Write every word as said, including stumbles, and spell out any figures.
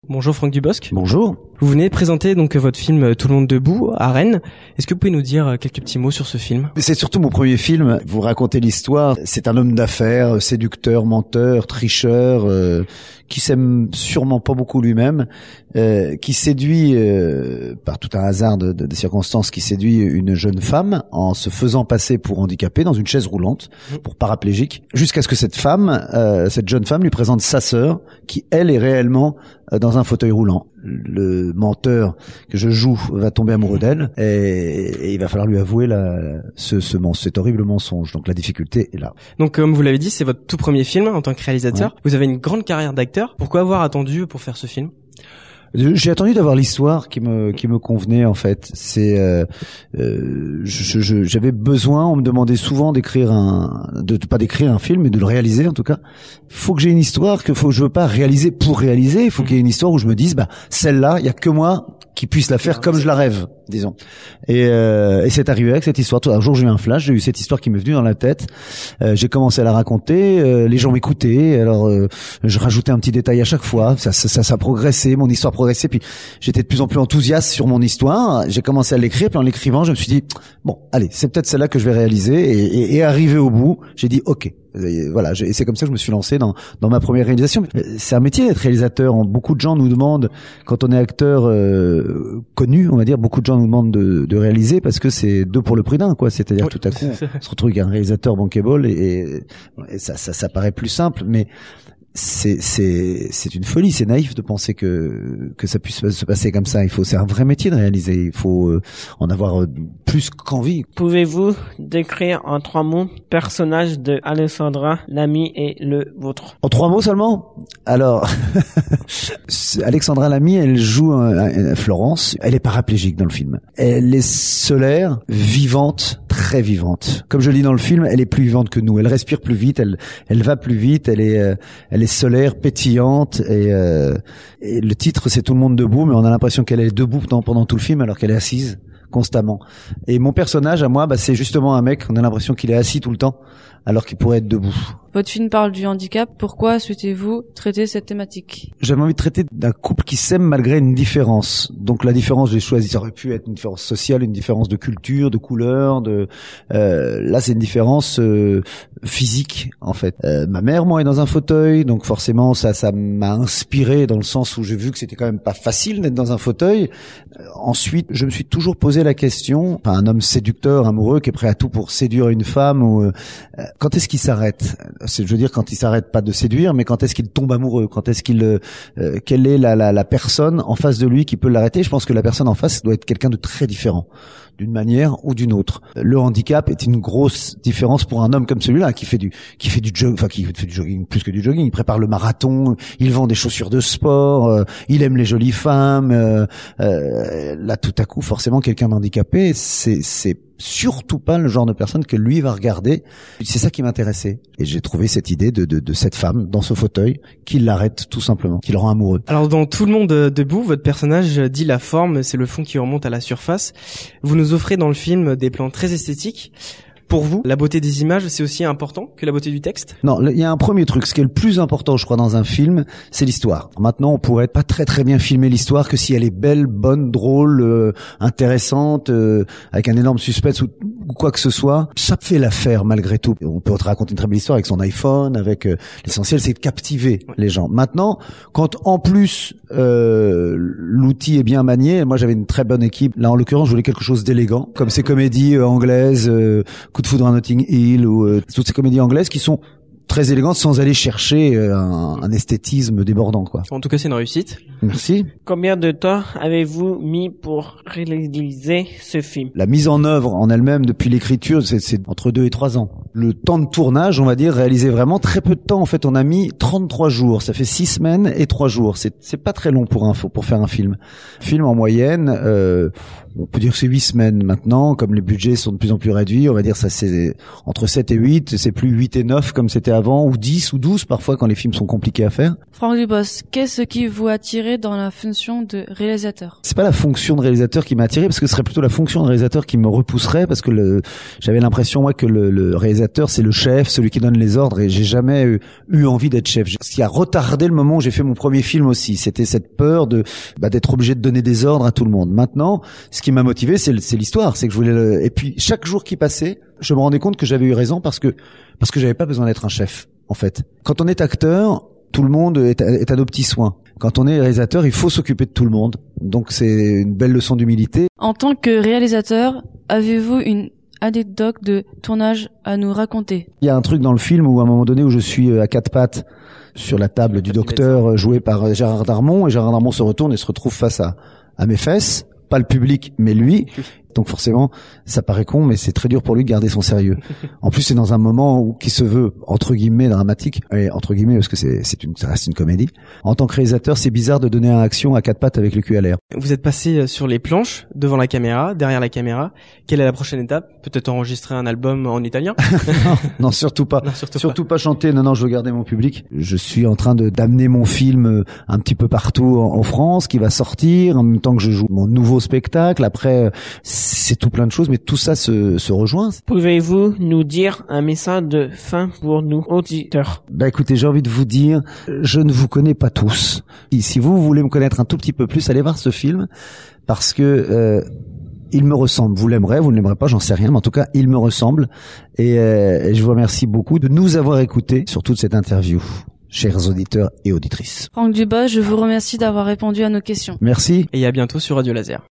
Bonjour Franck Dubosc. Bonjour. Vous venez de présenter donc votre film Tout le monde debout à Rennes. Est-ce que vous pouvez nous dire quelques petits mots sur ce film? C'est surtout mon premier film. Vous racontez l'histoire. C'est un homme d'affaires, séducteur, menteur, tricheur, euh, qui s'aime sûrement pas beaucoup lui-même, euh, qui séduit euh, par tout un hasard de, de, de circonstances, qui séduit une jeune femme en se faisant passer pour handicapée dans une chaise roulante, pour paraplégique, jusqu'à ce que cette femme, euh, cette jeune femme, lui présente sa sœur, qui elle est réellement dans un fauteuil roulant. Le menteur que je joue va tomber amoureux d'elle et, et il va falloir lui avouer la, ce, ce mensonge, cet horrible mensonge. Donc la difficulté est là. Donc comme vous l'avez dit, c'est votre tout premier film en tant que réalisateur. Ouais. Vous avez une grande carrière d'acteur. Pourquoi avoir attendu pour faire ce film ? J'ai attendu d'avoir l'histoire qui me qui me convenait en fait. C'est euh, euh, je, je, j'avais besoin. On me demandait souvent d'écrire un, de pas d'écrire un film, mais de le réaliser en tout cas. Faut que j'ai une histoire que faut je veux pas réaliser pour réaliser. Il faut qu'il y ait une histoire où je me dise bah celle-là, il y a que moi qui puisse la faire comme je la rêve, disons. Et, euh, et c'est arrivé avec cette histoire. Un jour, j'ai eu un flash, j'ai eu cette histoire qui m'est venue dans la tête. Euh, j'ai commencé à la raconter. Euh, les gens m'écoutaient. Alors, euh, je rajoutais un petit détail à chaque fois. Ça, ça, ça, ça progressait. Mon histoire progressait. Puis, j'étais de plus en plus enthousiaste sur mon histoire. J'ai commencé à l'écrire. Puis, en l'écrivant, je me suis dit, bon, allez, c'est peut-être celle-là que je vais réaliser. Et, et, et arrivé au bout, j'ai dit, ok. Et voilà, et c'est comme ça que je me suis lancé dans dans ma première réalisation. C'est un métier d'être réalisateur. Beaucoup de gens nous demandent, quand on est acteur euh, connu, on va dire, beaucoup de gens nous demandent de, de réaliser parce que c'est deux pour le prix d'un, quoi. C'est-à-dire oui, tout à coup, on se retrouve avec un réalisateur bankable et, et, et ça, ça, ça paraît plus simple, mais c'est c'est c'est une folie, c'est naïf de penser que que ça puisse se passer comme ça. Il faut, c'est un vrai métier de réaliser. Il faut euh, en avoir plus qu'envie. Pouvez-vous décrire en trois mots le personnage de Alexandra Lamy et le vôtre? En trois mots seulement? Alors, Alexandra Lamy, elle joue un, un, Florence. Elle est paraplégique dans le film. Elle est solaire, vivante, très vivante. Comme je lis dans le film, elle est plus vivante que nous. Elle respire plus vite, elle elle va plus vite. Elle est euh, elle est solaire, pétillante et, euh, et le titre c'est Tout le monde debout, mais on a l'impression qu'elle est debout pendant, pendant tout le film alors qu'elle est assise constamment. Et mon personnage à moi, bah, c'est justement un mec, on a l'impression qu'il est assis tout le temps alors qu'il pourrait être debout. Votre film parle du handicap. Pourquoi souhaitez-vous traiter cette thématique? J'avais envie de traiter d'un couple qui s'aime malgré une différence. Donc la différence, j'ai choisi, ça aurait pu être une différence sociale, une différence de culture, de couleur, de euh, là c'est une différence euh, physique en fait. Euh, ma mère, moi, est dans un fauteuil, donc forcément ça ça m'a inspiré dans le sens où j'ai vu que c'était quand même pas facile d'être dans un fauteuil. Euh, ensuite, je me suis toujours posé la question, enfin, un homme séducteur, amoureux, qui est prêt à tout pour séduire une femme, ou euh, quand est-ce qu'il s'arrête? C'est, je veux dire, quand il s'arrête pas de séduire, mais quand est-ce qu'il tombe amoureux? Quand est-ce qu'il, euh, quelle est la, la, la personne en face de lui qui peut l'arrêter? Je pense que la personne en face doit être quelqu'un de très différent, d'une manière ou d'une autre. Le handicap est une grosse différence pour un homme comme celui-là, qui fait du, qui fait du jog, enfin qui fait du jogging plus que du jogging. Il prépare le marathon, il vend des chaussures de sport, euh, il aime les jolies femmes. Euh, euh, là, tout à coup, forcément, quelqu'un d'handicapé, c'est, c'est surtout pas le genre de personne que lui va regarder. C'est ça qui m'intéressait. Et j'ai trouvé cette idée de, de, de cette femme dans ce fauteuil qui l'arrête tout simplement, qui le rend amoureux. Alors dans Tout le monde debout, votre personnage dit la forme, c'est le fond qui remonte à la surface. Vous nous offrez dans le film des plans très esthétiques. Pour vous, la beauté des images, c'est aussi important que la beauté du texte? Non, il y a un premier truc. Ce qui est le plus important, je crois, dans un film, c'est l'histoire. Maintenant, on pourrait pas très très bien filmer l'histoire que si elle est belle, bonne, drôle, euh, intéressante, euh, avec un énorme suspense ou, ou quoi que ce soit. Ça fait l'affaire malgré tout. On peut te raconter une très belle histoire avec son iPhone, avec euh, l'essentiel, c'est de captiver les gens. Maintenant, quand en plus euh, l'outil est bien manié, moi j'avais une très bonne équipe. Là, en l'occurrence, je voulais quelque chose d'élégant, comme ces comédies euh, anglaises. Euh, Coup de foudre à Notting Hill ou euh, toutes ces comédies anglaises qui sont très élégantes sans aller chercher euh, un, un esthétisme débordant, quoi. En tout cas, c'est une réussite. Merci. Combien de temps avez-vous mis pour réaliser ce film? La mise en œuvre en elle-même depuis l'écriture, c'est, c'est entre deux et trois ans. Le temps de tournage, on va dire, réalisé vraiment très peu de temps. En fait, on a mis trente-trois jours. Ça fait six semaines et trois jours. C'est, c'est pas très long pour un, pour faire un film. Film en moyenne, euh, on peut dire que c'est huit semaines maintenant. Comme les budgets sont de plus en plus réduits, on va dire ça c'est entre sept et huit. C'est plus huit et neuf comme c'était avant, ou dix ou douze parfois quand les films sont compliqués à faire. Franck Dubosc, qu'est-ce qui vous a attiré attiré dans la fonction de réalisateur? C'est pas la fonction de réalisateur qui m'a attiré, parce que ce serait plutôt la fonction de réalisateur qui me repousserait, parce que le, j'avais l'impression moi que le, le réalisateur c'est le chef, celui qui donne les ordres, et j'ai jamais eu, eu envie d'être chef. Ce qui a retardé le moment où j'ai fait mon premier film aussi, c'était cette peur de bah, d'être obligé de donner des ordres à tout le monde. Maintenant, ce qui m'a motivé, c'est, c'est l'histoire, c'est que je voulais. Le... Et puis chaque jour qui passait, je me rendais compte que j'avais eu raison parce que parce que j'avais pas besoin d'être un chef. En fait, quand on est acteur, tout le monde est à, est à nos petits soins. Quand on est réalisateur, il faut s'occuper de tout le monde. Donc c'est une belle leçon d'humilité. En tant que réalisateur, avez-vous une anecdote de tournage à nous raconter? Il y a un truc dans le film où à un moment donné où je suis à quatre pattes sur la table du docteur joué par Gérard Darmon, et Gérard Darmon se retourne et se retrouve face à, à mes fesses. Pas le public, mais lui. Donc forcément, ça paraît con, mais c'est très dur pour lui de garder son sérieux. En plus, c'est dans un moment où qui se veut entre guillemets dramatique, et entre guillemets parce que c'est c'est une ça reste une comédie. En tant que réalisateur, c'est bizarre de donner une action à quatre pattes avec le cul à l'air. Vous êtes passé sur les planches, devant la caméra, derrière la caméra. Quelle est la prochaine étape? Peut-être enregistrer un album en italien? non, non, surtout pas. Non, surtout, surtout pas. pas chanter. Non, non, je veux garder mon public. Je suis en train de d'amener mon film un petit peu partout en, en France, qui va sortir en même temps que je joue mon nouveau spectacle. Après, c'est tout plein de choses, mais tout ça se, se rejoint. Pouvez-vous nous dire un message de fin pour nous auditeurs? Bah écoutez, j'ai envie de vous dire, je ne vous connais pas tous. Et si vous voulez me connaître un tout petit peu plus, allez voir ce film, parce que euh, il me ressemble. Vous l'aimerez, vous ne l'aimerez pas, j'en sais rien, mais en tout cas, il me ressemble. Et, euh, et je vous remercie beaucoup de nous avoir écoutés sur toute cette interview, chers auditeurs et auditrices. Franck Dubas, je vous remercie d'avoir répondu à nos questions. Merci. Et à bientôt sur Radio Laser.